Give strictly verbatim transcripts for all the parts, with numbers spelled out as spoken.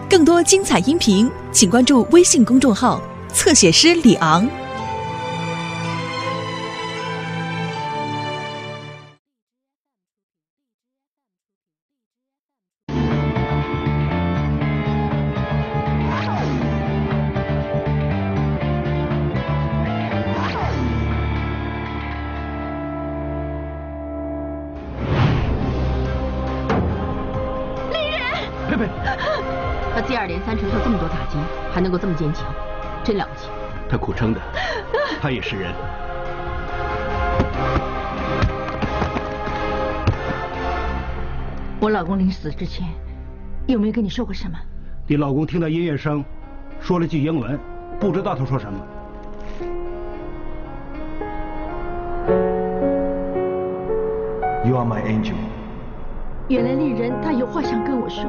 更多精彩音频，请关注微信公众号“侧写师李昂”。 他接二连三承受这么多打击，还能够这么坚强，真了不起。 他苦撑的，他也是人。 我老公临死之前，有没有跟你说过什么？ 你老公听到音乐声，说了句英文，不知道他说什么。 You are my angel。 原来丽人他有话想跟我说。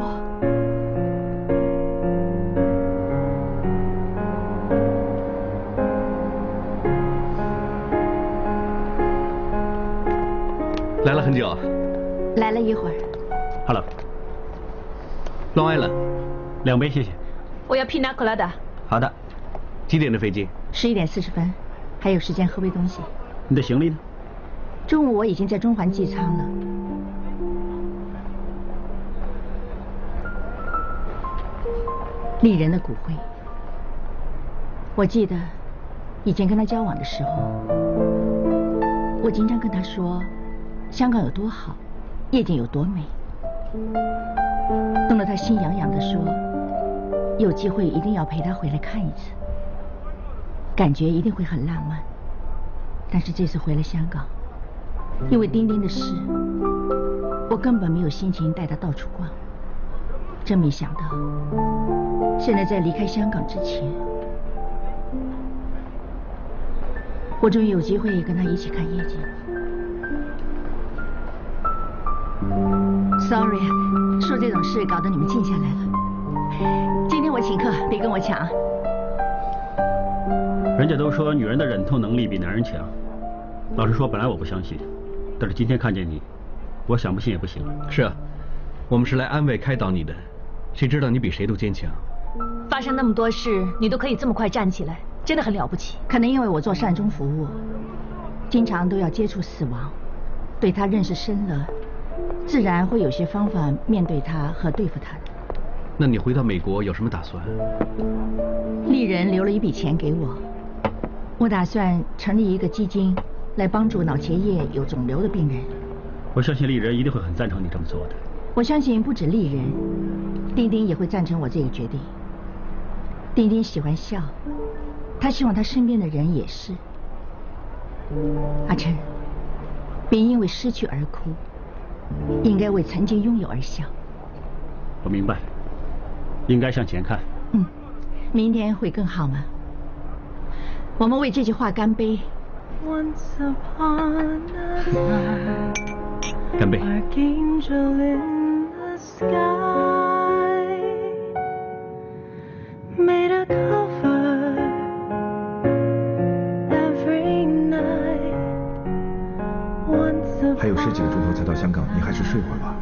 来了很久。 来了一会儿。 Hello。 Long Island。 两杯谢谢。 我要 Pina Colada。 好的。几点的飞机？ 十一点四十分，还有时间喝杯东西。 你的行李呢？ 中午我已经在中环机舱了。丽人的骨灰，我记得以前跟他交往的时候，我经常跟他说香港有多好，夜景有多美，弄得他心痒痒地说有机会一定要陪他回来看一次，感觉一定会很浪漫。但是这次回了香港，因为丁丁的事，我根本没有心情带他到处逛。真没想到现在在离开香港之前，我终于有机会跟他一起看夜景。Sorry， 说这种事搞得你们静下来了。今天我请客，别跟我抢。 人家都说女人的忍痛能力比男人强，老实说，本来我不相信，但是今天看见你，我想不信也不行。 是啊，我们是来安慰开导你的，谁知道你比谁都坚强。 发生那么多事，你都可以这么快站起来，真的很了不起。 可能因为我做善终服务，经常都要接触死亡，对他认识深了，自然会有些方法面对他和对付他的。 那你回到美国有什么打算？ 丽人留了一笔钱给我，我打算成立一个基金，来帮助脑前叶有肿瘤的病人。 我相信丽人一定会很赞成你这么做的。 我相信不止丽人，丁丁也会赞成我这个决定。丁丁喜欢笑，他希望他身边的人也是。阿琛，别因为失去而哭，应该为曾经拥有而笑。 我明白，应该向前看。 嗯，明天会更好吗？我们为这句话干杯。 干杯。 还有十几个钟头才到香港，你还是睡会儿吧。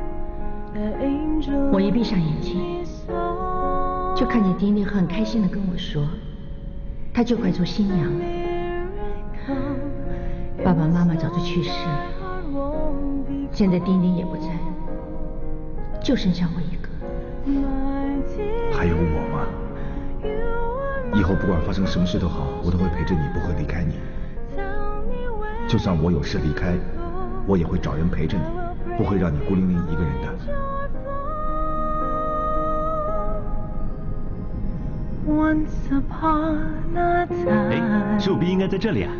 我一闭上眼睛，就看见丁丁很开心地跟我说，他就快做新娘了。爸爸妈妈早就去世了，现在丁丁也不在，就剩下我一个。 还有我吗？以后不管发生什么事都好，我都会陪着你，不会离开你。就算我有事离开，我也会找人陪着你，不会让你孤零零一个人的。 哎，十五 B 应该在这里啊。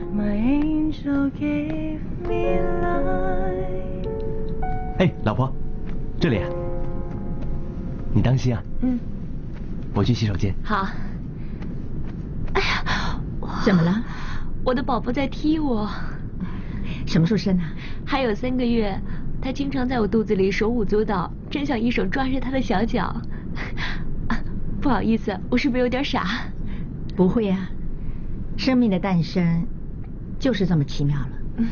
哎，老婆，这里啊。你当心啊。 嗯。 我去洗手间。 好。哎呀， 怎么了？ 我的宝宝在踢我。 什么时候生啊？ 还有三个月，他经常在我肚子里手舞足蹈，真想一手抓着他的小脚。啊，不好意思，我是不是有点傻？ 不会啊，生命的诞生就是这么奇妙了。嗯。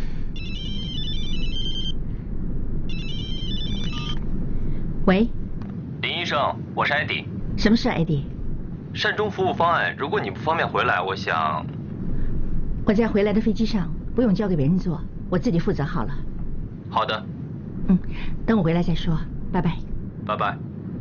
喂。 林医生，我是艾迪。 什么事，艾迪？ 善终服务方案，如果你不方便回来，我想。 我在回来的飞机上不用交给别人做，我自己负责好了。 好的。 嗯，等我回来再说，拜拜。 拜拜。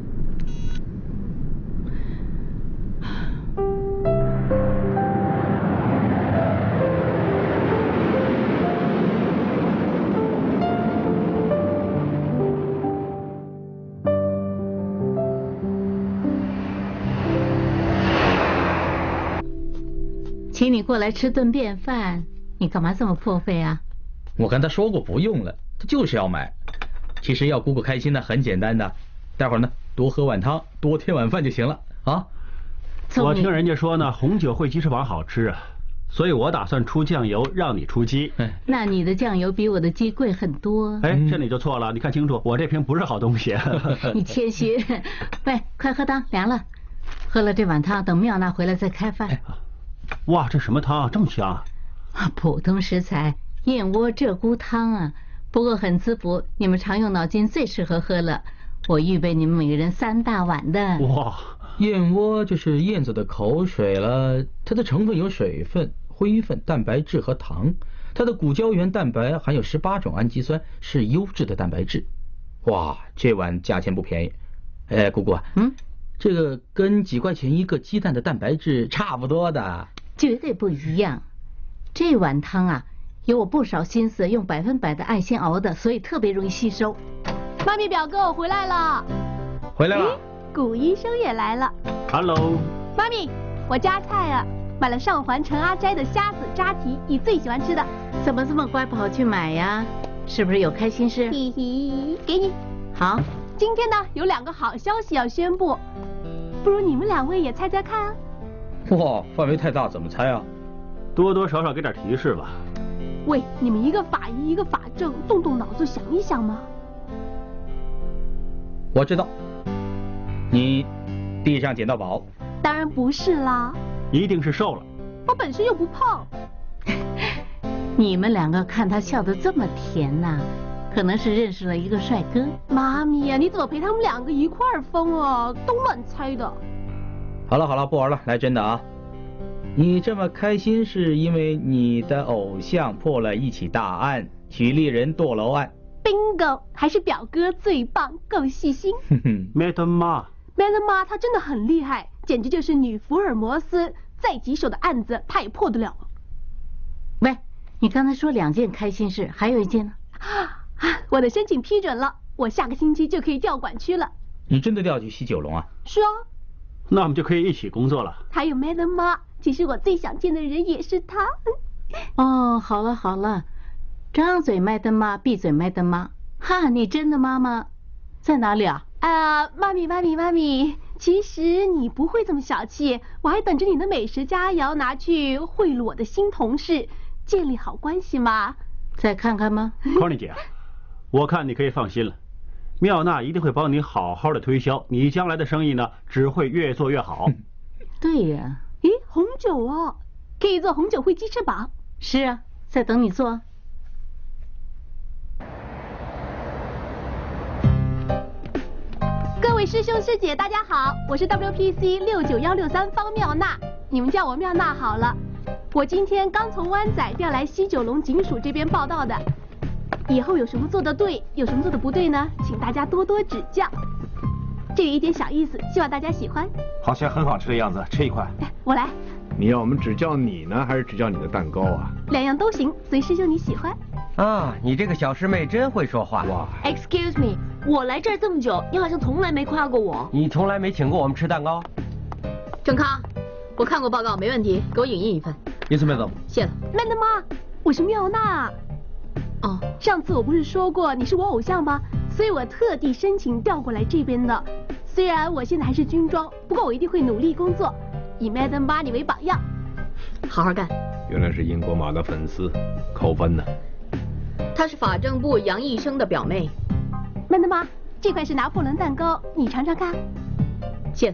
请你过来吃顿便饭，你干嘛这么破费啊？ 我跟他说过不用了，他就是要买。其实要姑姑开心呢，很简单的，待会儿呢多喝碗汤，多添碗饭就行了啊。 我听人家说呢，红酒烩鸡翅膀好吃啊，所以我打算出酱油，让你出鸡。 那你的酱油比我的鸡贵很多。 哎，这你就错了，你看清楚，我这瓶不是好东西。 你谦虚。喂，快喝汤，凉了。喝了这碗汤，等妙娜回来再开饭。 哇，这什么汤啊，这么香啊！ 啊，普通食材，燕窝鹧鸪汤啊，不过很滋补，你们常用脑筋最适合喝了。我预备你们每个人三大碗的。 哇， 燕窝就是燕子的口水了，它的成分有水分、灰分、蛋白质和糖，它的骨胶原蛋白含有十八种氨基酸，是优质的蛋白质。哇，这碗价钱不便宜。哎，姑姑啊，嗯，这个跟几块钱一个鸡蛋的蛋白质差不多的。 绝对不一样，这碗汤啊，有我不少心思，用百分百的爱心熬的，所以特别容易吸收。 妈咪表哥，我回来了。 回来了。 古医生也来了。 Hello。 妈咪，我夹菜啊，买了上环陈阿斋的虾子扎蹄，你最喜欢吃的。 怎么这么乖，跑去买呀？是不是有开心事？ 嘿嘿，给你。 好。 今天呢，有两个好消息要宣布，不如你们两位也猜猜看啊。 哇，范围太大，怎么猜啊？ 多多少少给点提示吧。 喂，你们一个法医，一个法政，动动脑子想一想嘛。 我知道，你地上捡到宝。 当然不是啦。 一定是瘦了。 我本身又不胖。 你们两个看他笑得这么甜呐、啊，可能是认识了一个帅哥。 妈咪呀，你怎么陪他们两个一块儿疯啊？都乱猜的。 好了好了，不玩了，来真的啊！你这么开心是因为你的偶像破了一起大案，许丽人堕楼案。 Bingo， 还是表哥最棒，够细心。 哼哼 ，Madam 妈 ，Madam 妈她真的很厉害，简直就是女福尔摩斯，再棘手的案子她也破得了。 喂，你刚才说两件开心事，还有一件呢？ 啊，我的申请批准了，我下个星期就可以调管区了。 你真的调去西九龙啊？ 是啊。 那我们就可以一起工作了。 还有 Madam 妈，其实我最想见的人也是她。 哦，好了好了，张嘴Madam妈，闭嘴Madam妈。哈，你真的妈妈在哪里啊？ 啊、呃，妈咪妈咪妈咪，其实你不会这么小气，我还等着你的美食佳肴拿去贿赂我的新同事，建立好关系嘛。 再看看吗？ Connie 姐，我看你可以放心了。妙娜一定会帮你好好的推销，你将来的生意呢，只会越做越好。 对呀。 咦，红酒哦，可以做红酒烩鸡翅膀。 是啊，在等你做。 各位师兄师姐，大家好，我是 W P C 六九一六三方妙娜，你们叫我妙娜好了。我今天刚从湾仔调来西九龙警署这边报道的。以后有什么做得对，有什么做得不对呢？请大家多多指教。这有一点小意思，希望大家喜欢。 好像很好吃的样子，吃一块。 哎，我来。 你要我们指教你呢，还是指教你的蛋糕啊？ 两样都行，随师兄你喜欢。 啊，你这个小师妹真会说话。 哇 ！Excuse me， 我来这儿这么久，你好像从来没夸过我。 你从来没请过我们吃蛋糕。 郑康，我看过报告，没问题，给我影印一份。 Yes, madam。 谢了。 Madam妈，我是妙娜。 哦， 上次我不是说过你是我偶像吗？所以我特地申请调过来这边的。虽然我现在还是军装，不过我一定会努力工作，以 Madam 妈你为榜样， 好好干。 原来是英国马的粉丝，扣分呢。 她是法政部杨医生的表妹。 Madam 妈，这块是拿破仑蛋糕，你尝尝看。 谢了。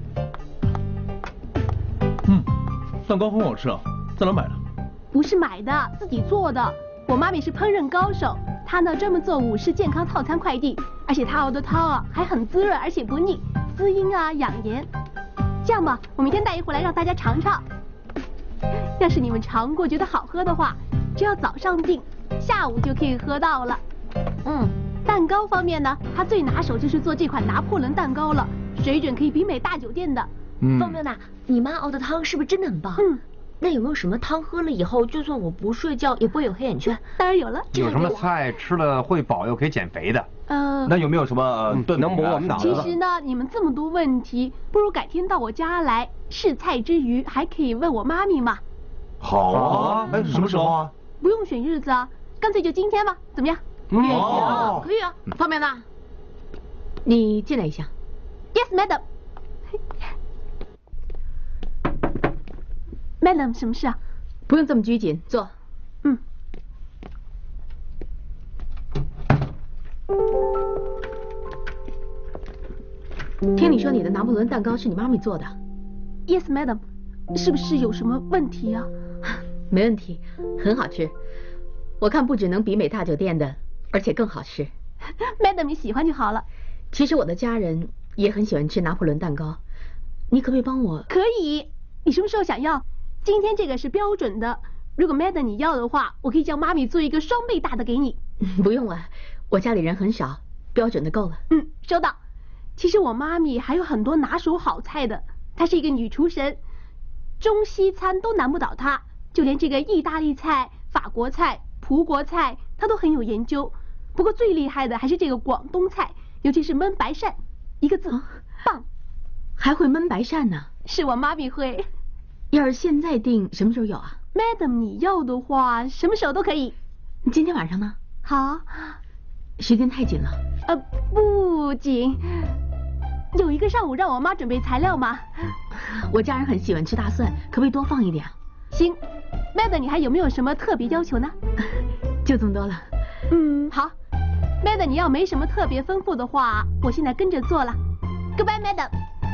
嗯，蛋糕很好吃啊，在哪买的？ 不是买的，自己做的。我妈咪是烹饪高手，她呢专门做武士健康套餐快递，而且她熬的汤啊还很滋润，而且不腻， 滋阴啊，养颜。这样吧，我明天带一壶来让大家尝尝。要是你们尝过觉得好喝的话，只要早上订，下午就可以喝到了。嗯，蛋糕方面呢，他最拿手就是做这款拿破仑蛋糕了，水准可以媲美大酒店的。 嗯，方妙娜，你妈熬的汤是不是真的很棒？ 嗯。 那有没有什么汤喝了以后，就算我不睡觉也不会有黑眼圈？ 当然有了。 有什么菜吃了会饱又可以减肥的？ 呃， 那有没有什么炖能补我们脑子？ 其实呢，你们这么多问题，不如改天到我家来试菜之余，还可以问我妈咪嘛。 好啊，哎，什么时候啊？ 不用选日子啊，干脆就今天吧，怎么样？ 哦，可以啊。方便娜，你进来一下。 Yes, madam. Madam， 什么事啊？ 不用这么拘谨，坐。 嗯。 听你说你的拿破仑蛋糕是你妈咪做的。 Yes, madam。是不是有什么问题啊？ 没问题，很好吃。我看不只能媲美大酒店的，而且更好吃。 Madam， 你喜欢就好了。 其实我的家人也很喜欢吃拿破仑蛋糕，你可不可以帮我？ 可以。你什么时候想要？今天这个是标准的，如果 Madam 你要的话，我可以叫妈咪做一个双倍大的给你。 不用了，我家里人很少，标准的够了。 嗯，收到。其实我妈咪还有很多拿手好菜的，她是一个女厨神，中西餐都难不倒她，就连这个意大利菜、法国菜、葡国菜，她都很有研究。不过最厉害的还是这个广东菜，尤其是焖白鳝，一个字，哦、棒。 还会焖白鳝呢？ 是我妈咪会。 要是现在订，什么时候有啊 ？Madam， 你要的话，什么时候都可以。 今天晚上呢？ 好。 时间太紧了。 呃，不紧。有一个上午让我妈准备材料吗？ 我家人很喜欢吃大蒜，可不可以多放一点？ 行。Madam， 你还有没有什么特别要求呢？ 就这么多了。 嗯，好。Madam， 你要没什么特别吩咐的话，我现在跟着做了。Goodbye, Madam。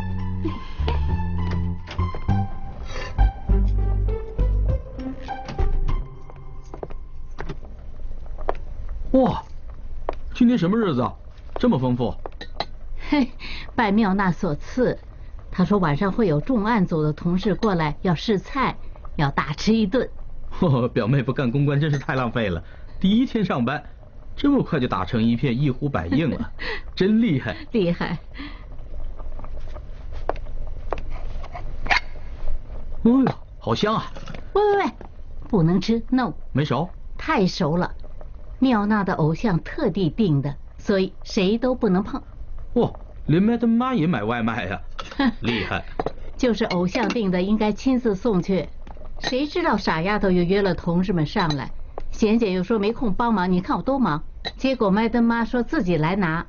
哇，今天什么日子啊？这么丰富。 嘿，拜妙娜所赐。他说晚上会有重案组的同事过来要试菜，要大吃一顿。 哦，表妹不干公关真是太浪费了。第一天上班，这么快就打成一片，一呼百应了，真厉害。 厉害。 哎呦，好香啊！ 喂喂喂，不能吃 ，no。 没熟？ 太熟了。妙娜的偶像特地订的，所以谁都不能碰。 哇，连麦的妈也买外卖呀、啊，厉害！ 就是偶像订的，应该亲自送去。谁知道傻丫头又约了同事们上来，贤姐又说没空帮忙，你看我多忙。结果麦登妈说自己来拿。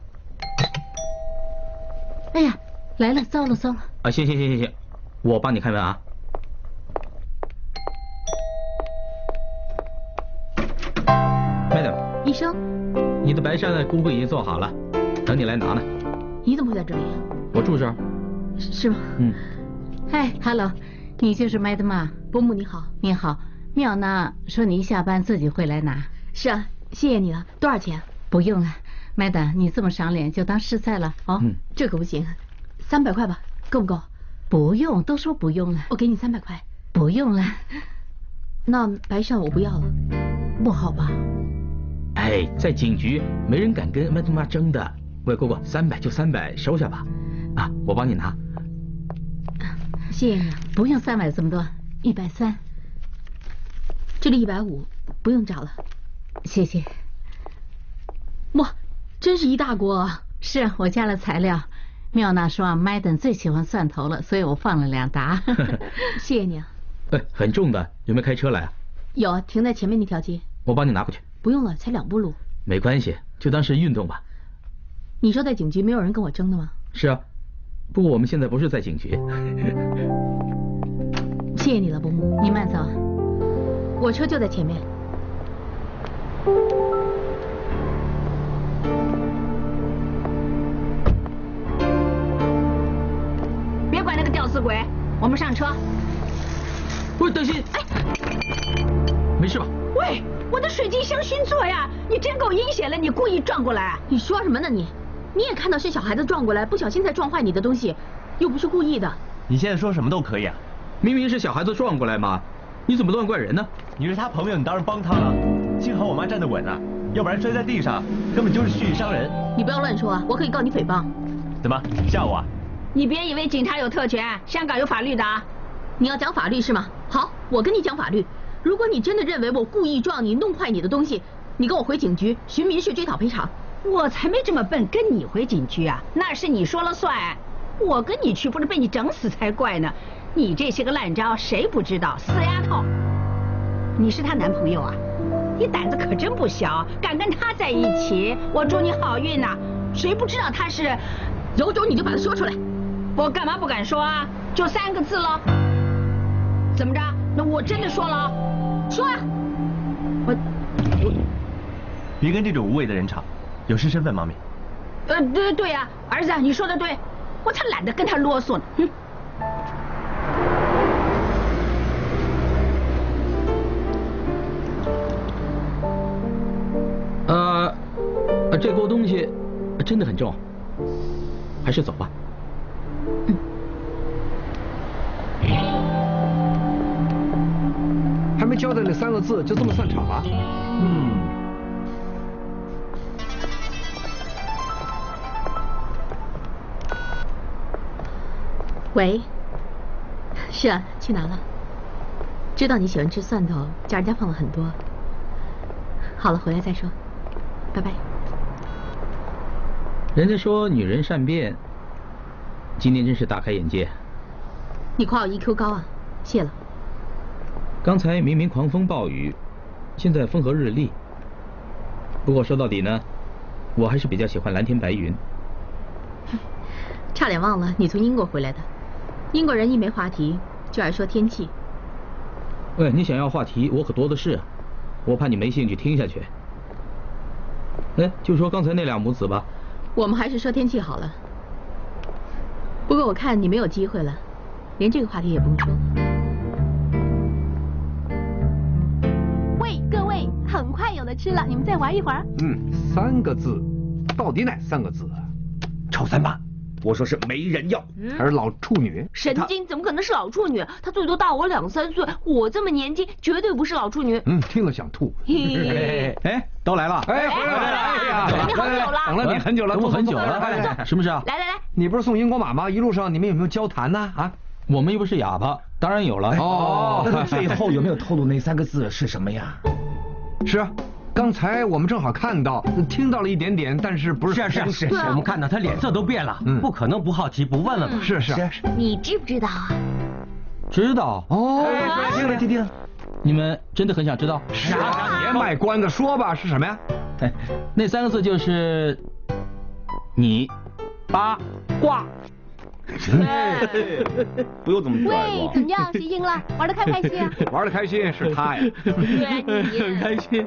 哎呀，来了，糟了糟了！ 啊，行行行行行，我帮你开门啊。 医生， 你的白鳝呢？姑姑已经做好了，等你来拿呢。 你怎么会在这里？ 我住这儿。 是吗？ 嗯。 嗨 ，Hello， 你就是麦德玛。 伯母你好。 你好，妙娜说你一下班自己会来拿。 是啊，谢谢你了。多少钱？ 不用了，麦德，你这么赏脸，就当试菜了哦。 嗯。 这可不行，三百块吧，够不够？ 不用，都说不用了。 我给你三百块。 不用了。 那白鳝我不要了，不好吧？ 哎，在警局没人敢跟麦德妈争的。喂，姑姑，三百就三百，收下吧。啊，我帮你拿。 谢谢你。 不用三百这么多，一百三。 这里一百五，不用找了。 谢谢。 哇，真是一大锅啊！ 是我加了材料。妙娜说啊，麦登最喜欢蒜头了，所以我放了两打。 谢谢你啊。 哎，很重的，有没有开车来啊？ 有，停在前面那条街。 我帮你拿过去。 不用了，才两步路。 没关系，就当是运动吧。 你说在警局没有人跟我争的吗？ 是啊，不过我们现在不是在警局。 谢谢你了，伯母。 你慢走， 我车就在前面。 别管那个吊死鬼，我们上车。 喂，等心。哎，没事吧？ 喂，我的水晶箱熏错呀！你真够阴险了，你故意撞过来。 你说什么呢你？ 你也看到是小孩子撞过来，不小心才撞坏你的东西，又不是故意的。 你现在说什么都可以啊， 明明是小孩子撞过来嘛，你怎么乱怪人呢？ 你是他朋友，你当然帮他了。幸好我妈站得稳啊，要不然摔在地上，根本就是蓄意伤人。 你不要乱说啊，我可以告你诽谤。 怎么吓我啊？ 你别以为警察有特权，香港有法律的啊。 你要讲法律是吗？好，我跟你讲法律。如果你真的认为我故意撞你，弄坏你的东西，你跟我回警局寻民事追讨赔偿。 我才没这么笨，跟你回警局啊，那是你说了算。我跟你去，不是被你整死才怪呢。你这些个烂招，谁不知道？死丫头，你是她男朋友啊？你胆子可真不小，敢跟他在一起，我祝你好运呐、啊！谁不知道他是？ 有种你就把它说出来。 我干嘛不敢说啊？就三个字了。怎么着？那我真的说了，说呀、啊。我我别跟这种无谓的人吵。有失身份，妈咪。 呃，对对呀、啊，儿子，你说的对，我才懒得跟他啰嗦呢。哼。 呃，这锅东西真的很重，还是走吧。 嗯。 还没交代那三个字，就这么散场了？ 嗯。 喂，是啊，去哪了？知道你喜欢吃蒜头，叫人家放了很多。好了，回来再说，拜拜。 人家说女人善变，今天真是大开眼界。 你夸我 E Q 高啊，谢了。 刚才明明狂风暴雨，现在风和日丽。不过说到底呢，我还是比较喜欢蓝天白云。 差点忘了，你从英国回来的。英国人一没话题就爱说天气。 喂，你想要话题，我可多的是，我怕你没兴趣听下去。哎，就说刚才那两母子吧。 我们还是说天气好了。不过我看你没有机会了，连这个话题也不用说。 喂，各位，很快有的吃了，你们再玩一会儿。 嗯，三个字，到底哪三个字啊？ 臭三八。我说是没人要， 嗯、还是老处女？ 神经，怎么可能是老处女？她最多大我两三岁，我这么年轻，绝对不是老处女。 嗯，听了想吐。 哎哎，都来了！ 哎，回来了！哎呀， 等你好久了， 等了你很久了， 等我很久了。什么事啊？ 来来来， 你不是送荧光码吗？一路上你们有没有交谈呢？啊， 我们又不是哑巴，当然有了。 哦，那最后有没有透露那三个字是什么呀？ 是啊。刚才我们正好看到、听到了一点点，但是不是是是是，我们看到他脸色都变了，不可能不好奇不问了吧？ 是是。 你知不知道啊？ 知道哦， 听了听听。 你们真的很想知道？ 是啊，别卖关子，说吧，是什么呀？ 那三个字就是你八卦。 不用这么拽喂，怎么样？谁赢了？玩得开不开心啊？ 玩得开心是他呀。 很开心。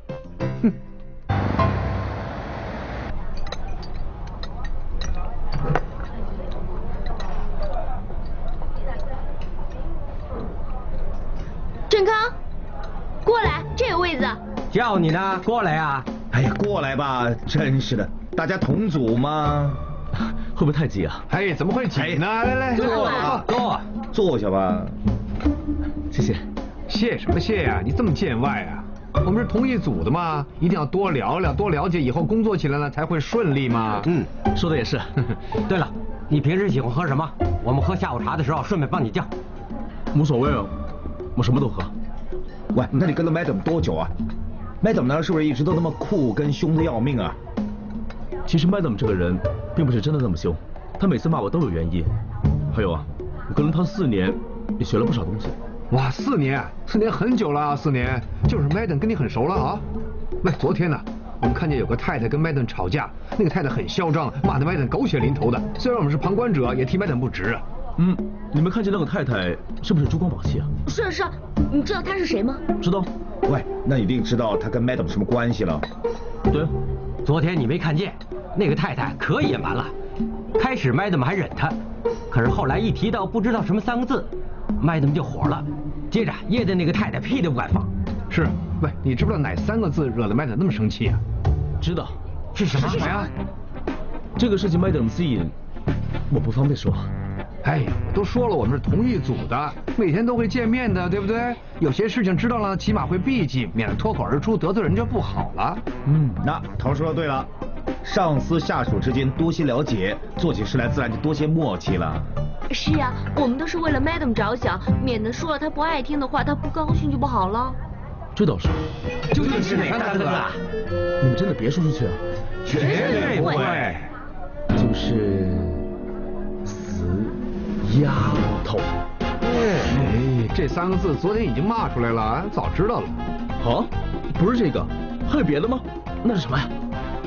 郑康，过来，这有位子。 叫你呢，过来啊！ 哎呀，过来吧，真是的，大家同组吗？ 会不会太挤啊？ 哎，怎么会挤呢？来来， 坐吧， 坐， 坐下吧。 谢谢。 谢什么谢呀？你这么见外啊？我们是同一组的嘛，一定要多聊聊，多了解，以后工作起来了才会顺利嘛。 嗯，说的也是。 对了，你平时喜欢喝什么？我们喝下午茶的时候顺便帮你叫。 无所谓啊，我什么都喝。 喂，那你跟了 Madam 多久啊 ？Madam 呢，是不是一直都那么酷跟凶的要命啊？ 其实 Madam 这个人并不是真的那么凶，她每次骂我都有原因。还有啊，我跟了她四年，也学了不少东西。 哇，四年，四年很久了啊，四年，就是 Madam 跟你很熟了啊。喂，昨天呢，我们看见有个太太跟 Madam 吵架，那个太太很嚣张，骂得 Madam 狗血淋头的。虽然我们是旁观者，也替 Madam 不值啊。 嗯，你们看见那个太太是不是珠光宝气啊？ 是是，你知道她是谁吗？ 知道。 喂，那一定知道她跟 Madam 什么关系了。 对， 昨天你没看见，那个太太可野蛮了。开始 Madam 还忍她，可是后来一提到不知道什么三个字 ，Madam 就火了。接着噎的那个太太屁都不敢放。 是，喂，你知不知道哪三个字惹得 Madam 那么生气啊？ 知道。 是什么？ 是什么呀？ 这个事情 Madam 吸引，我不方便说。 哎呀，都说了我们是同一组的，每天都会见面的，对不对？有些事情知道了，起码会避忌，免得脱口而出得罪人就不好了。 嗯，那头说的对了，上司下属之间多些了解，做起事来自然就多些默契了。 是呀，我们都是为了 Madam 着想，免得说了她不爱听的话，她不高兴就不好了。 这倒是。 究竟是哪个大哥啊？ 你们真的别说出去啊！ 绝对不会。 就是死丫头。 哎，这三个字昨天已经骂出来了，早知道了。 啊，不是这个，还有别的吗？那是什么呀？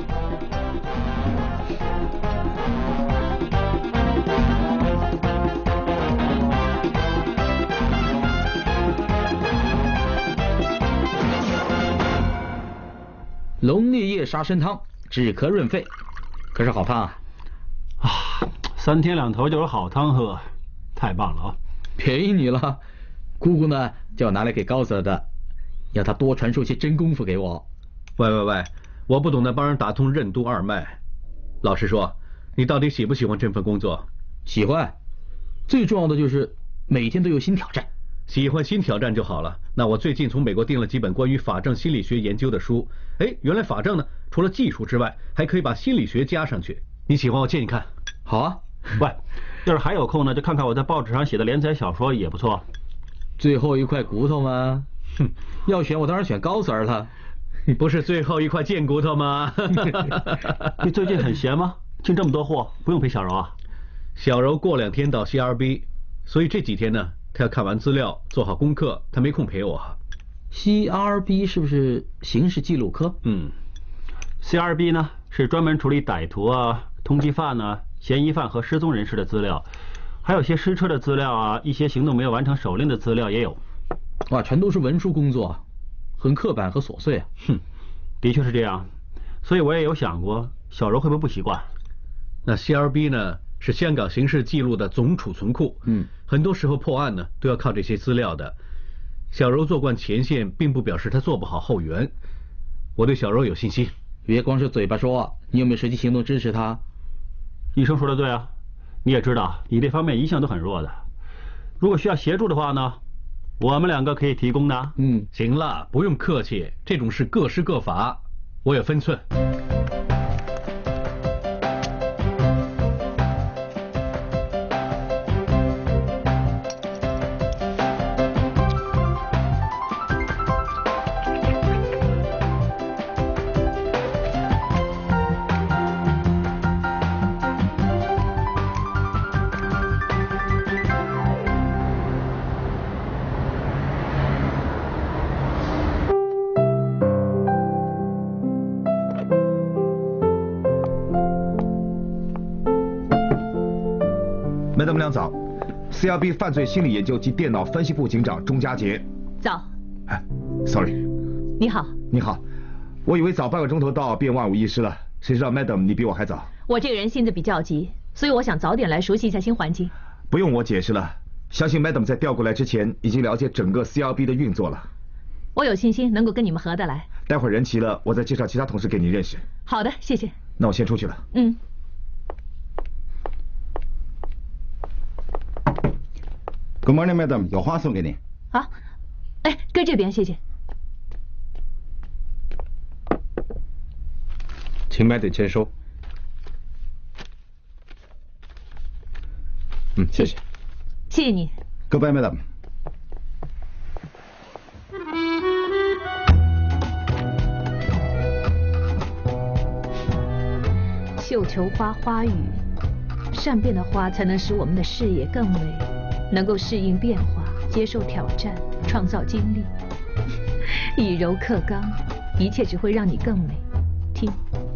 龙颞叶沙参汤，止咳润肺，可是好汤啊！ 啊，三天两头就有好汤喝，太棒了啊！ 便宜你了，姑姑呢叫我拿来给高 Sir 的，要他多传授些真功夫给我。 喂喂喂，我不懂得帮人打通任督二脉。老实说，你到底喜不喜欢这份工作？ 喜欢，最重要的就是每天都有新挑战。 喜欢新挑战就好了。那我最近从美国订了几本关于法政心理学研究的书。哎，原来法政呢，除了技术之外，还可以把心理学加上去。你喜欢我借你看？ 好啊。 喂，要是还有空呢，就看看我在报纸上写的连载小说也不错。 最后一块骨头吗？哼，要选我当然选高 Sir 了。 不是最后一块贱骨头吗？你最近很闲吗？进这么多货，不用陪小柔啊？小柔过两天到 C R B， 所以这几天呢，她要看完资料，做好功课，她没空陪我。 C R B 是不是刑事记录科？ 嗯 ，C R B 呢是专门处理歹徒啊、通缉犯啊、嫌疑犯和失踪人士的资料，还有些失车的资料啊，一些行动没有完成手令的资料也有。 哇，全都是文书工作，很刻板和琐碎啊。 哼，的确是这样，所以我也有想过，小柔会不会不习惯？那 C R B 呢是香港刑事记录的总储存库，嗯，很多时候破案呢都要靠这些资料的。小柔做惯前线，并不表示她做不好后援。我对小柔有信心。 别光是嘴巴说，你有没有实际行动支持她？ 医生说的对啊，你也知道，你这方面一向都很弱的。如果需要协助的话呢，我们两个可以提供的。嗯，行了，不用客气，这种事各施各法，我有分寸。 Madam 亮早 ，C R B 犯罪心理研究及电脑分析部警长钟佳杰。 早。 哎 ，sorry。 你好。 你好，我以为早半个钟头到便万无一失了，谁知道 Madam 你比我还早。 我这个人性子比较急，所以我想早点来熟悉一下新环境。 不用我解释了，相信 Madam 在调过来之前已经了解整个 C R B 的运作了。 我有信心能够跟你们合得来。 待会儿人齐了，我再介绍其他同事给你认识。 好的，谢谢。 那我先出去了。 嗯。 Good morning, Madam， 有花送给你。 好，哎，搁这边，谢谢。 请 Madam 签收。嗯，谢谢。 谢谢你。 Goodbye, Madam。 绣球花花语，善变的花才能使我们的视野更美。能够适应变化，接受挑战，创造经历。以柔克刚，一切只会让你更美。听。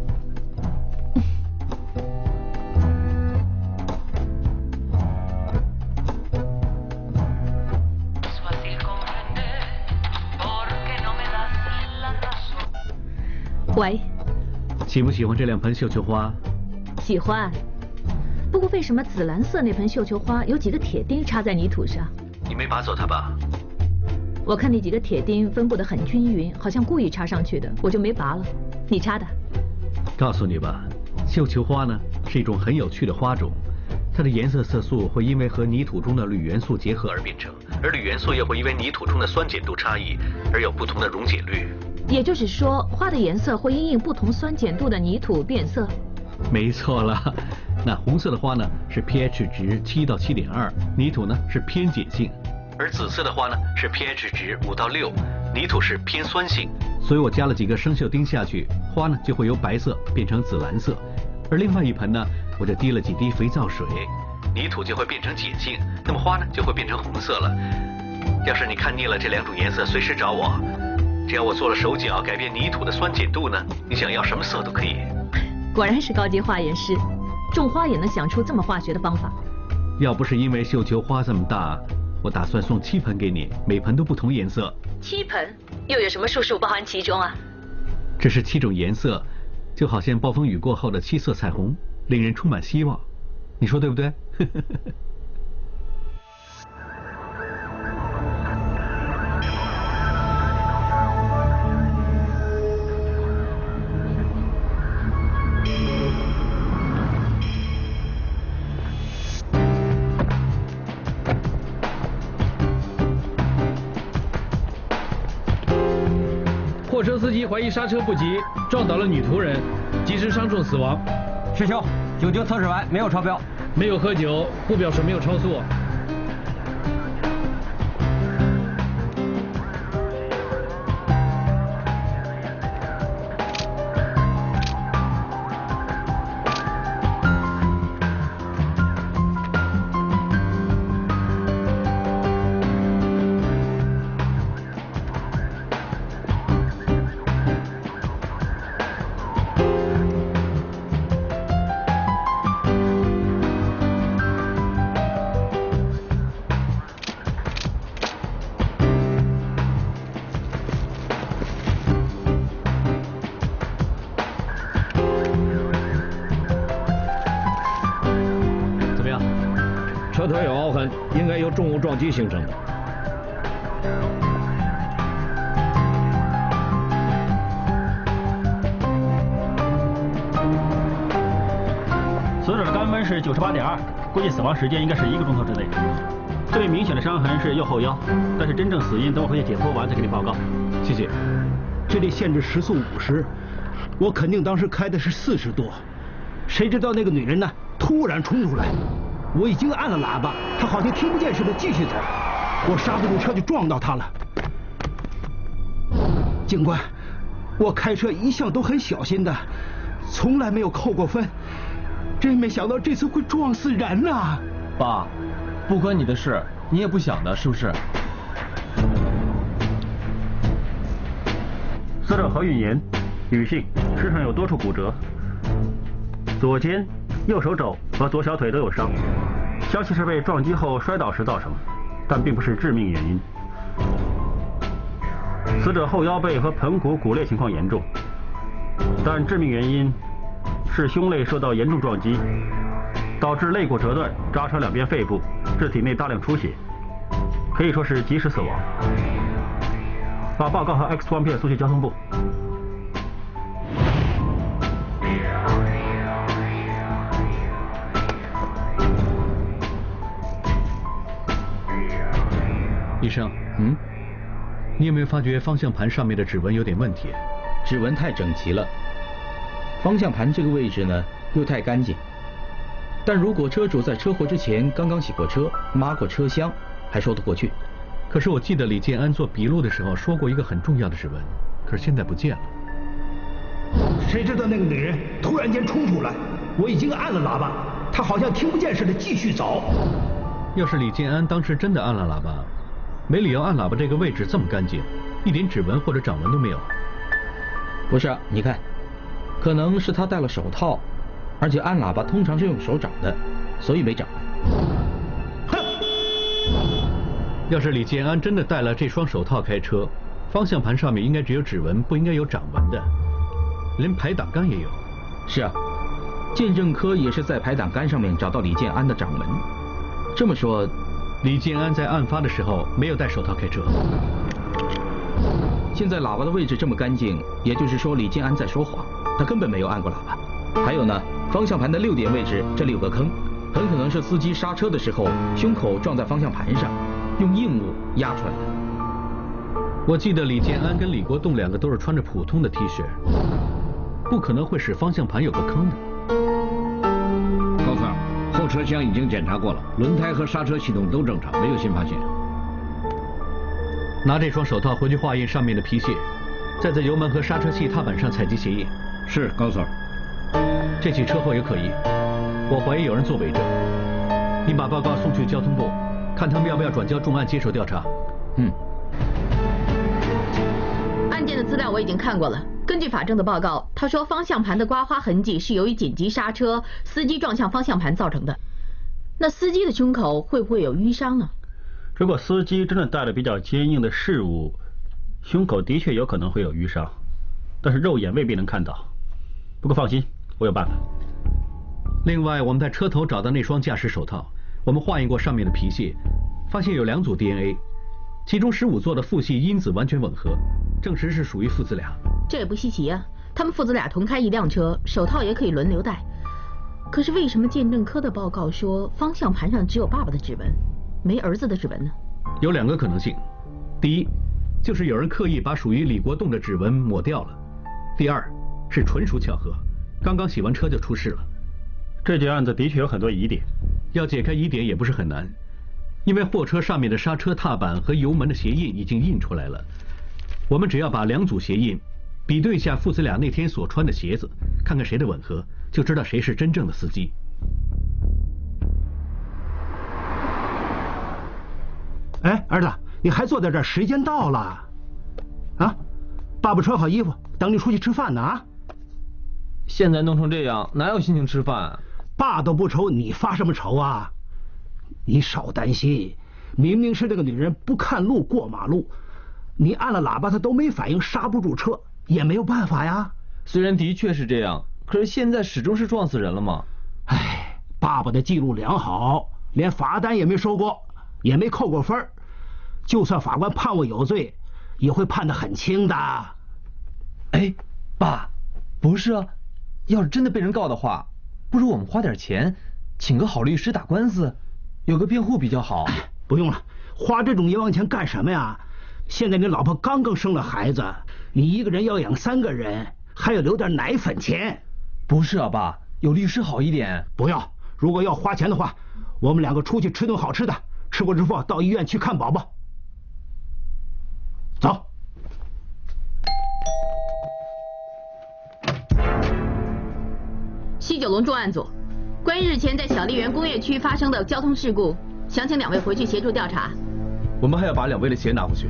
喂。 喜不喜欢这两盆绣球花？ 喜欢。不过为什么紫蓝色那盆绣球花有几个铁钉插在泥土上？ 你没拔走它吧？ 我看那几个铁钉分布得很均匀，好像故意插上去的，我就没拔了。你插的？ 告诉你吧，绣球花呢是一种很有趣的花种，它的颜色色素会因为和泥土中的铝元素结合而变成，而铝元素又会因为泥土中的酸碱度差异而有不同的溶解率。 也就是说，花的颜色会因应不同酸碱度的泥土变色。 没错了，那红色的花呢是 pH 值七到七点二，泥土呢是偏碱性；而紫色的花呢是 pH 值五到六，泥土是偏酸性。所以我加了几个生锈钉下去，花呢就会由白色变成紫蓝色。而另外一盆呢，我就滴了几滴肥皂水，泥土就会变成碱性，那么花呢就会变成红色了。要是你看腻了这两种颜色，随时找我。只要我做了手脚，改变泥土的酸碱度呢，你想要什么色都可以。 果然是高级花园师，种花也能想出这么化学的方法。 要不是因为绣球花这么大，我打算送七盆给你，每盆都不同颜色。 七盆又有什么术数包含其中啊？ 这是七种颜色，就好像暴风雨过后的七色彩虹，令人充满希望。你说对不对？ 货车司机怀疑刹车不及，撞倒了女途人，及时伤重死亡。 师兄，酒精测试完没有超标， 没有喝酒，不表示没有超速。车头有凹痕，应该由重物撞击形成的。 死者的肛温是九十八点二，估计死亡时间应该是一个钟头之内。最明显的伤痕是右后腰，但是真正死因等我回去解剖完再给你报告。 谢谢。 这里限制时速五十，我肯定当时开的是四十多，谁知道那个女人呢突然冲出来。我已经按了喇叭，他好像听不见似的继续走，我刹不住车就撞到他了。警官，我开车一向都很小心的，从来没有扣过分，真没想到这次会撞死人呐！ 爸，不关你的事，你也不想的，是不是？ 死者何允言，女性，身上有多处骨折，左肩、右手肘和左小腿都有伤，消息是被撞击后摔倒时造成，但并不是致命原因。死者后腰背和盆骨骨裂情况严重，但致命原因是胸肋受到严重撞击，导致肋骨折断，扎穿两边肺部，致体内大量出血，可以说是及时死亡。把报告和 X 光片送去交通部。 医生，嗯，你有没有发觉方向盘上面的指纹有点问题？ 指纹太整齐了，方向盘这个位置呢又太干净。但如果车主在车祸之前刚刚洗过车、抹过车厢，还说得过去。 可是我记得李建安做笔录的时候说过一个很重要的指纹，可是现在不见了。 谁知道那个女人突然间冲出来，我已经按了喇叭，她好像听不见似的继续走。 要是李建安当时真的按了喇叭，没理由按喇叭这个位置这么干净，一点指纹或者掌纹都没有。 不是，你看，可能是他戴了手套，而且按喇叭通常是用手掌的，所以没掌纹。 要是李建安真的戴了这双手套开车，方向盘上面应该只有指纹，不应该有掌纹的，连排挡杆也有。 是啊，鉴证科也是在排挡杆上面找到李建安的掌纹。这么说， 李建安在案发的时候没有戴手套开车。 现在喇叭的位置这么干净，也就是说李建安在说谎，他根本没有按过喇叭。还有呢， 方向盘的六点位置这里有个坑，很可能是司机刹车的时候胸口撞在方向盘上，用硬物压出来的。 我记得李建安跟李国栋两个都是穿着普通的 T 恤，不可能会使方向盘有个坑的。 高 Sir， 后车厢已经检查过了，轮胎和刹车系统都正常，没有新发现。 拿这双手套回去画印上面的皮屑，再在油门和刹车器踏板上采集鞋印。 是，高 Sir。 这起车祸有可疑，我怀疑有人做伪证。你把报告送去交通部，看他们要不要转交重案接手调查。 嗯。 案件的资料我已经看过了。根据法证的报告，他说方向盘的刮花痕迹是由于紧急刹车，司机撞向方向盘造成的。那司机的胸口会不会有淤伤呢？ 如果司机真的带了比较坚硬的事物，胸口的确有可能会有淤伤，但是肉眼未必能看到。不过放心，我有办法。 另外，我们在车头找到那双驾驶手套，我们化验过上面的皮屑，发现有两组 D N A， 其中十五座的父系因子完全吻合，证实是属于父子俩。 这也不稀奇啊，他们父子俩同开一辆车，手套也可以轮流戴。可是为什么鉴证科的报告说方向盘上只有爸爸的指纹，没儿子的指纹呢？ 有两个可能性，第一，就是有人刻意把属于李国栋的指纹抹掉了；第二，是纯属巧合，刚刚洗完车就出事了。 这件案子的确有很多疑点， 要解开疑点也不是很难，因为货车上面的刹车踏板和油门的鞋印已经印出来了。我们只要把两组鞋印比对一下父子俩那天所穿的鞋子，看看谁的吻合，就知道谁是真正的司机。 哎，儿子，你还坐在这儿？时间到了。啊，爸爸穿好衣服，等你出去吃饭呢啊。 现在弄成这样，哪有心情吃饭？ 爸都不愁，你发什么愁啊？你少担心，明明是这个女人不看路过马路，你按了喇叭她都没反应，刹不住车，也没有办法呀。 虽然的确是这样，可是现在始终是撞死人了嘛。 唉，爸爸的记录良好，连罚单也没收过，也没扣过分，就算法官判我有罪，也会判得很轻的。 哎，爸，不是啊，要是真的被人告的话，不如我们花点钱，请个好律师打官司，有个辩护比较好。 不用了，花这种冤枉钱干什么呀？现在你老婆刚刚生了孩子，你一个人要养三个人，还要留点奶粉钱。 不是啊，爸，有律师好一点。 不要，如果要花钱的话，我们两个出去吃顿好吃的，吃过之后到医院去看宝宝。走。 西九龙重案组，关于日前在小笠原工业区发生的交通事故，想请两位回去协助调查。 我们还要把两位的鞋拿回去。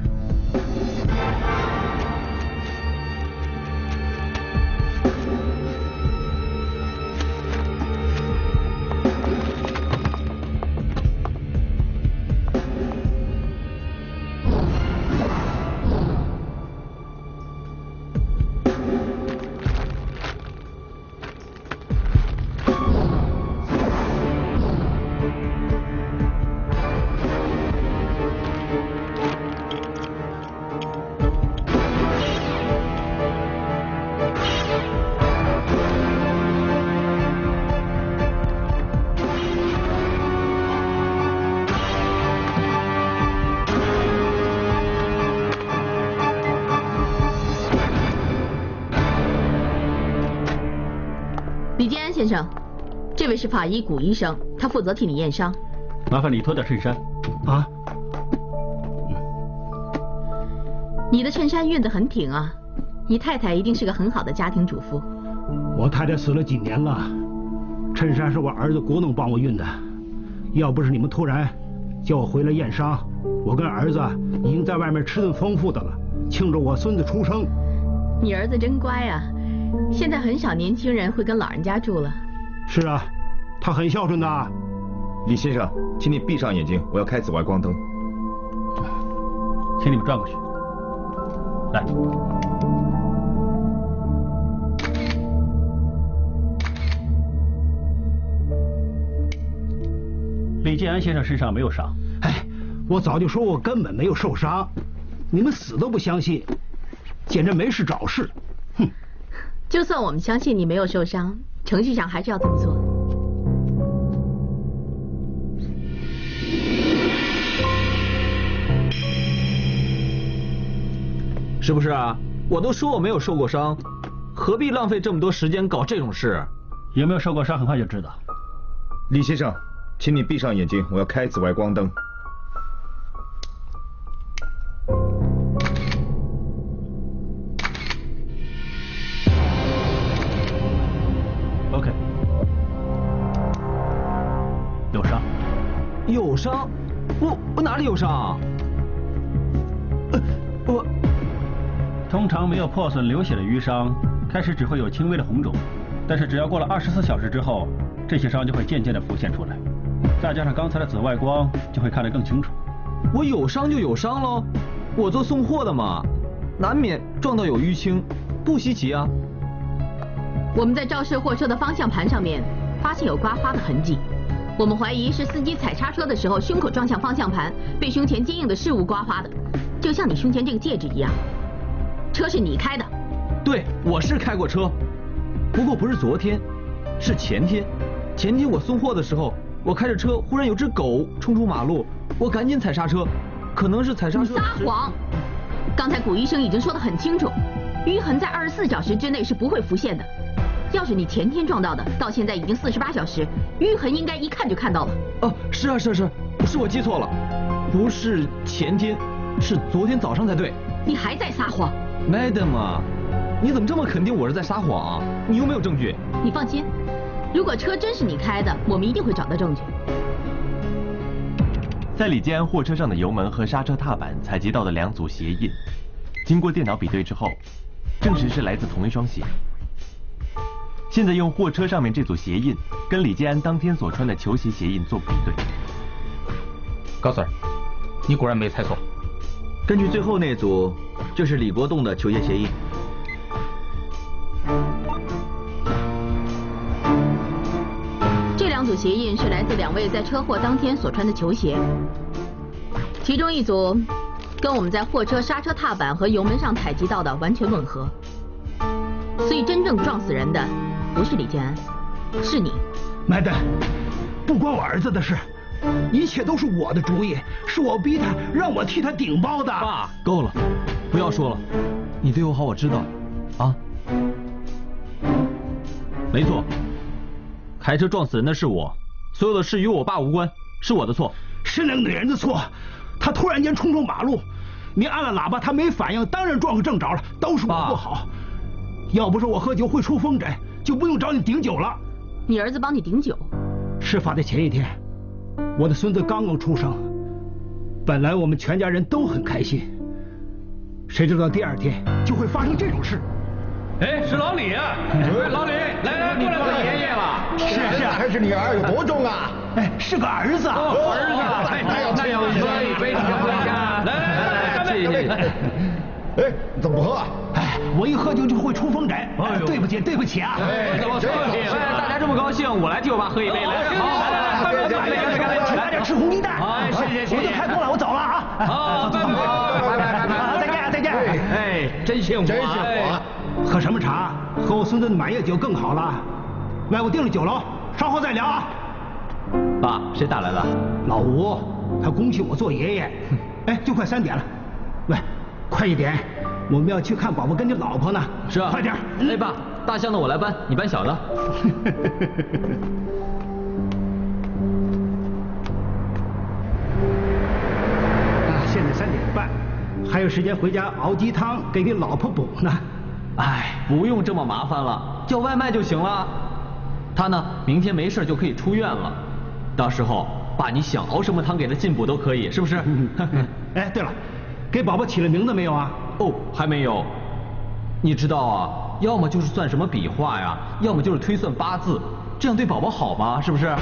李建安先生，这位是法医古医生，他负责替你验伤。 麻烦你脱掉衬衫。 啊？ 你的衬衫熨得很挺啊，你太太一定是个很好的家庭主妇。 我太太死了几年了，衬衫是我儿子国栋帮我熨的，要不是你们突然叫我回来验伤，我跟儿子已经在外面吃顿丰富的了，庆祝我孙子出生。 你儿子真乖啊，现在很少年轻人会跟老人家住了。 是啊，他很孝顺的。 李先生，请你闭上眼睛，我要开紫外光灯。 请你们转过去。来。李建安先生身上没有伤。 哎，我早就说我根本没有受伤，你们死都不相信，简直没事找事。哼！ 就算我们相信你没有受伤， 程序上还是要这么做。 是不是啊？我都说我没有受过伤，何必浪费这么多时间搞这种事？ 有没有受过伤，很快就知道。 李先生，请你闭上眼睛，我要开紫外光灯。 OK。有伤。 有伤？我我哪里有伤？呃，我。 通常没有破损流血的淤伤，开始只会有轻微的红肿，但是只要过了二十四小时之后，这些伤就会渐渐的浮现出来，再加上刚才的紫外光，就会看得更清楚。 我有伤就有伤喽，我做送货的嘛，难免撞到有淤青，不稀奇啊。 我们在肇事货车的方向盘上面发现有刮花的痕迹，我们怀疑是司机踩刹车的时候胸口撞向方向盘，被胸前坚硬的事物刮花的，就像你胸前这个戒指一样。车是你开的？ 对，我是开过车，不过不是昨天，是前天。前天我送货的时候，我开着车，忽然有只狗冲出马路，我赶紧踩刹车，可能是踩刹车。 你撒谎！刚才古医生已经说得很清楚，淤痕在二十四小时之内是不会浮现的。要是你前天撞到的，到现在已经四十八小时，淤痕应该一看就看到了。 哦，是啊是啊是，是我记错了，不是前天，是昨天早上才对。 你还在撒谎 ，Madam 啊，你怎么这么肯定我是在撒谎啊？你有没有证据？ 你放心，如果车真是你开的，我们一定会找到证据。 在李建安货车上的油门和刹车踏板采集到的两组鞋印，经过电脑比对之后，证实是来自同一双鞋。现在用货车上面这组鞋印跟李建安当天所穿的球鞋鞋印做比对。 高 Sir， 你果然没猜错。 根据最后那组，就是李国栋的球鞋鞋印。 这两组鞋印是来自两位在车祸当天所穿的球鞋，其中一组跟我们在货车刹车踏板和油门上采集到的完全吻合，所以真正撞死人的不是李建安，是你。 麦登，不关我儿子的事。一切都是我的主意，是我逼他，让我替他顶包的。 爸，够了，不要说了，你对我好，我知道，啊。没错，开车撞死人的是我，所有的事与我爸无关，是我的错。 是那个女人的错，她突然间冲出马路，你按了喇叭，她没反应，当然撞个正着了，都是我不好。要不是我喝酒会出风疹，就不用找你顶酒了。 你儿子帮你顶酒？ 事发的前一天。我的孙子刚刚出生，本来我们全家人都很开心，谁知道第二天就会发生这种事。 哎，是老李啊！喂，老李，来来，过来做爷爷了。 是啊是啊， 还是女儿，有多重啊？ 哎，是个儿子。 哦，儿子，哎，那要那要喝一杯，你喝一下。来来来，干杯！ 哎，怎么不喝啊？ 哎，我一喝酒就会出风疹。哎，对不起对不起啊！ 哎，怎么说？ 哎，大家这么高兴，我来替我爸喝一杯。来，好，来来来，干杯干杯干杯干杯！ 来点吃红鸡蛋。 哎，谢谢谢谢。 我都开工了，我走了啊。 好，拜拜拜拜拜。 再见再见。 哎，真幸福， 真幸福。 喝什么茶？喝我孙子的满月酒更好了。来，我订了酒楼，稍后再聊啊。 爸，谁打来了？ 老吴，他恭喜我做爷爷。哎，就快三点了，喂，快一点，我们要去看宝宝跟你老婆呢。 是啊， 快点。 哎，爸，大箱的我来搬，你搬小的。 现在三点半，还有时间回家熬鸡汤给你老婆补呢。 哎，不用这么麻烦了，叫外卖就行了。他呢，明天没事就可以出院了。到时候，爸你想熬什么汤给他进补都可以，是不是？ 哎，对了，给宝宝起了名字没有啊？ 哦，还没有。你知道啊，要么就是算什么笔画呀，要么就是推算八字，这样对宝宝好吗？是不是？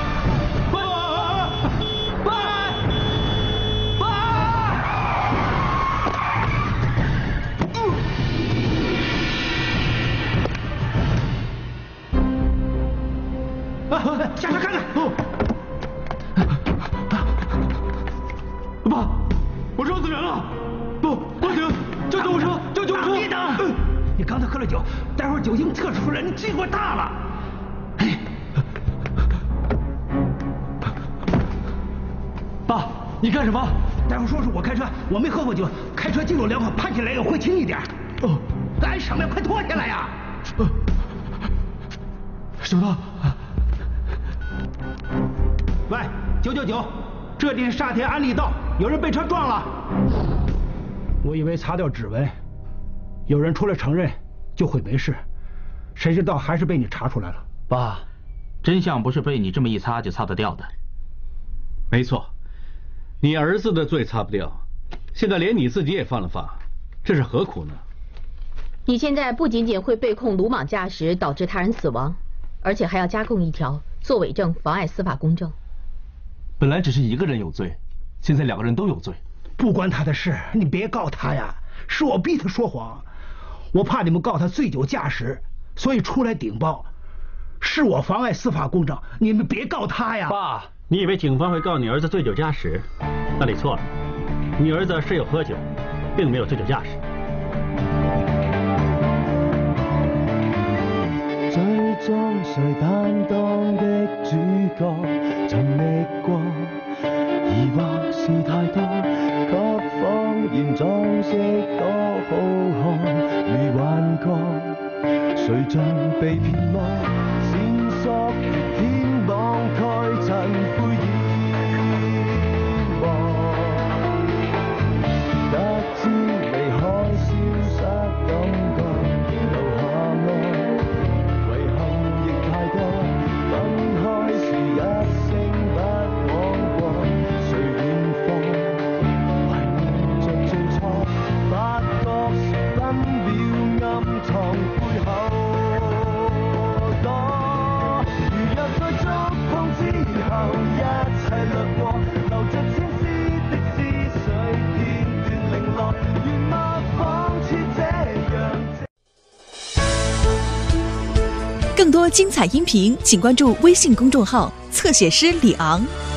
下车看看。 爸，我撞死人了！不，不行，叫救护车，叫救护车！ 别等，你刚才喝了酒，待会儿酒精测出来，你机会大了。 爸，你干什么？待会说是我开车，我没喝过酒，开车记录良好，判起来也会轻一点。哦，来，上面快脱下来呀！呃，手套。喂，九九九，这里是沙田安利道，有人被车撞了。我以为擦掉指纹，有人出来承认就会没事，谁知道还是被你查出来了。 爸，真相不是被你这么一擦就擦得掉的。 没错，你儿子的罪擦不掉，现在连你自己也犯了法，这是何苦呢？ 你现在不仅仅会被控鲁莽驾驶导致他人死亡，而且还要加控一条作伪证妨碍司法公正。 本来只是一个人有罪，现在两个人都有罪。 不关他的事，你别告他呀！是我逼他说谎，我怕你们告他醉酒驾驶，所以出来顶包。是我妨碍司法公正，你们别告他呀！ 爸，你以为警方会告你儿子醉酒驾驶？那你错了，你儿子是有喝酒，并没有醉酒驾驶。 最終誰擔當的主角，曾歷過，疑惑是太多，給謊言裝飾多好看，如幻覺，誰像被騙魔，線索天網蓋塵灰淹沒，得知離開消失感覺，留下愛。 更多精彩音频，请关注微信公众号“侧写师李昂”。